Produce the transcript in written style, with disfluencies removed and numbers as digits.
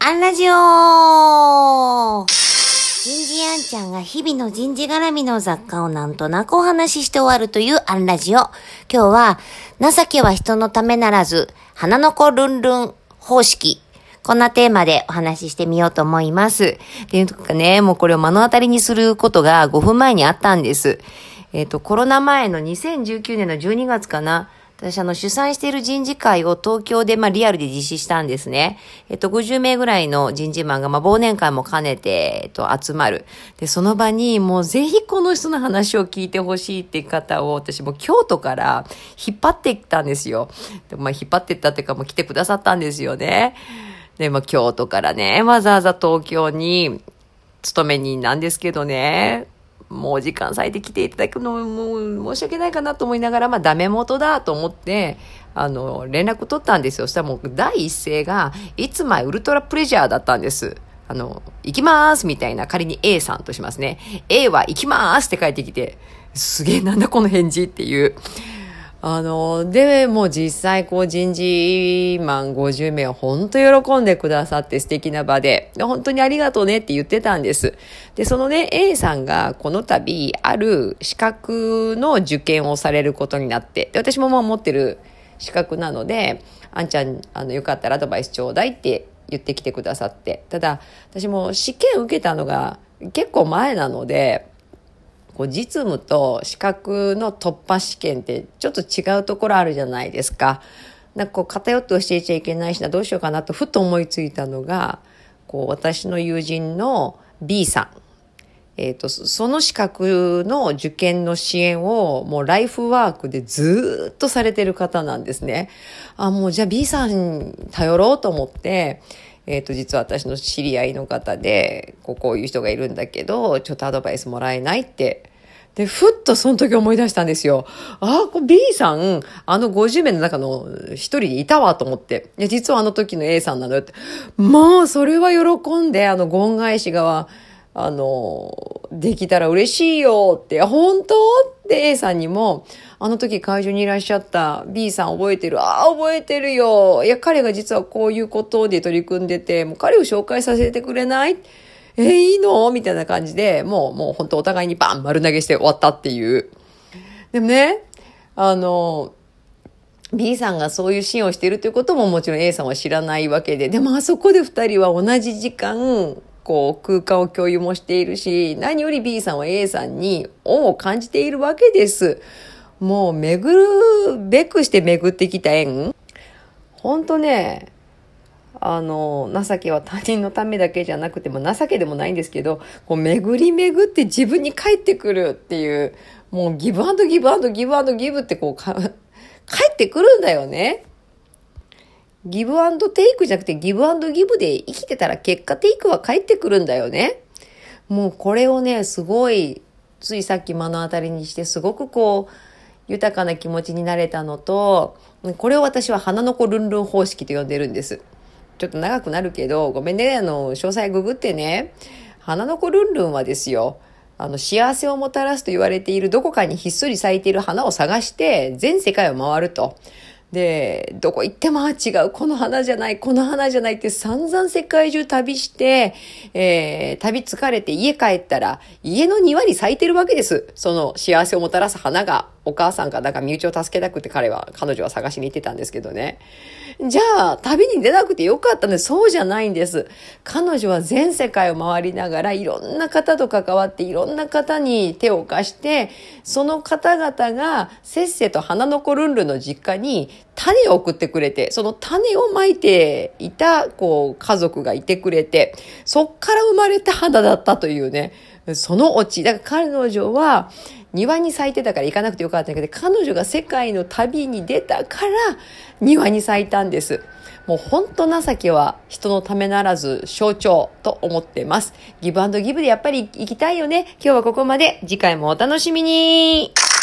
アンラジオ。人事アンちゃんが日々の人事絡みの雑貨をなんとなくお話しして終わるというアンラジオ。今日は、情けは人のためならず、花の子ルンルン方式。こんなテーマでお話ししてみようと思います。っていうかね、もうこれを目の当たりにすることが5分前にあったんです。コロナ前の2019年の12月かな。私主催している人事会を東京でリアルで実施したんですね。50名ぐらいの人事マンが忘年会も兼ねて集まる。で、その場にもうぜひこの人の話を聞いてほしいっていう方を私も京都から引っ張ってきたんですよ。で、引っ張ってったっていうかもう来てくださったんですよね。で、京都からね、わざわざ東京に勤めになんですけどね。もう時間割いて来ていただくのも申し訳ないかなと思いながら、ダメ元だと思って、連絡取ったんですよ。そしたらもう第一声が、いつまウルトラプレジャーだったんです。行きまーすみたいな、仮に A さんとしますね。A は行きまーすって帰ってきて、すげえなんだこの返事っていう。で、もう実際人事マン50名は本当喜んでくださって素敵な場で、本当にありがとうねって言ってたんです。で、そのね、A さんがこの度ある資格の受験をされることになって、で私ももう持ってる資格なので、あんちゃん、よかったらアドバイスちょうだいって言ってきてくださって、ただ、私も試験受けたのが結構前なので、実務と資格の突破試験ってちょっと違うところあるじゃないですか。偏って教えちゃいけないしな、どうしようかなとふと思いついたのが、私の友人の B さん。その資格の受験の支援をもうライフワークでずっとされてる方なんですね。もうじゃあ B さん頼ろうと思って、実は私の知り合いの方で、こういう人がいるんだけど、ちょっとアドバイスもらえないって。で、ふっとその時思い出したんですよ。B さん、50名の中の一人でいたわと思って。いや、実はの時の A さんなのよって。もう、それは喜んで、ご恩返しが、できたら嬉しいよって、本当って A さんにも、時会場にいらっしゃった B さん覚えてる？覚えてるよ。いや、彼が実はこういうことで取り組んでて、もう彼を紹介させてくれない？いいの？みたいな感じで、もう本当お互いにバン丸投げして終わったっていう。でもね、B さんがそういうシーンをしているということももちろん A さんは知らないわけで、でもあそこで二人は同じ時間、空間を共有もしているし、何より B さんは A さんに恩を感じているわけです。もう巡るべくして巡ってきた縁。ほんとね、情けは他人のためだけじゃなくても情けでもないんですけど、巡り巡って自分に返ってくるっていう、もうギブアンドギブアンドギブアンドギブって返ってくるんだよね。ギブアンドテイクじゃなくてギブアンドギブで生きてたら結果テイクは返ってくるんだよね。もうこれをね、すごい、ついさっき目の当たりにしてすごく豊かな気持ちになれたのと、これを私は花の子ルンルン方式と呼んでるんです。ちょっと長くなるけど、ごめんね、詳細ググってね、花の子ルンルンはですよ、幸せをもたらすと言われているどこかにひっそり咲いている花を探して全世界を回ると。で、どこ行っても違う、この花じゃない、この花じゃないって散々世界中旅して、旅疲れて家帰ったら、家の庭に咲いてるわけです。その幸せをもたらす花が、お母さんか身内を助けたくて彼女は探しに行ってたんですけどね。じゃあ、旅に出なくてよかったね。そうじゃないんです。彼女は全世界を回りながら、いろんな方と関わって、いろんな方に手を貸して、その方々がせっせと花の子ルンルンの実家に種を送ってくれて、その種をまいていた、家族がいてくれて、そっから生まれた花だったというね、そのオチ。だから彼女は、庭に咲いてたから行かなくてよかったんだけど、彼女が世界の旅に出たから庭に咲いたんです。もう本当情けは人のためならず象徴と思ってます。ギブアンドギブでやっぱり行きたいよね。今日はここまで。次回もお楽しみに。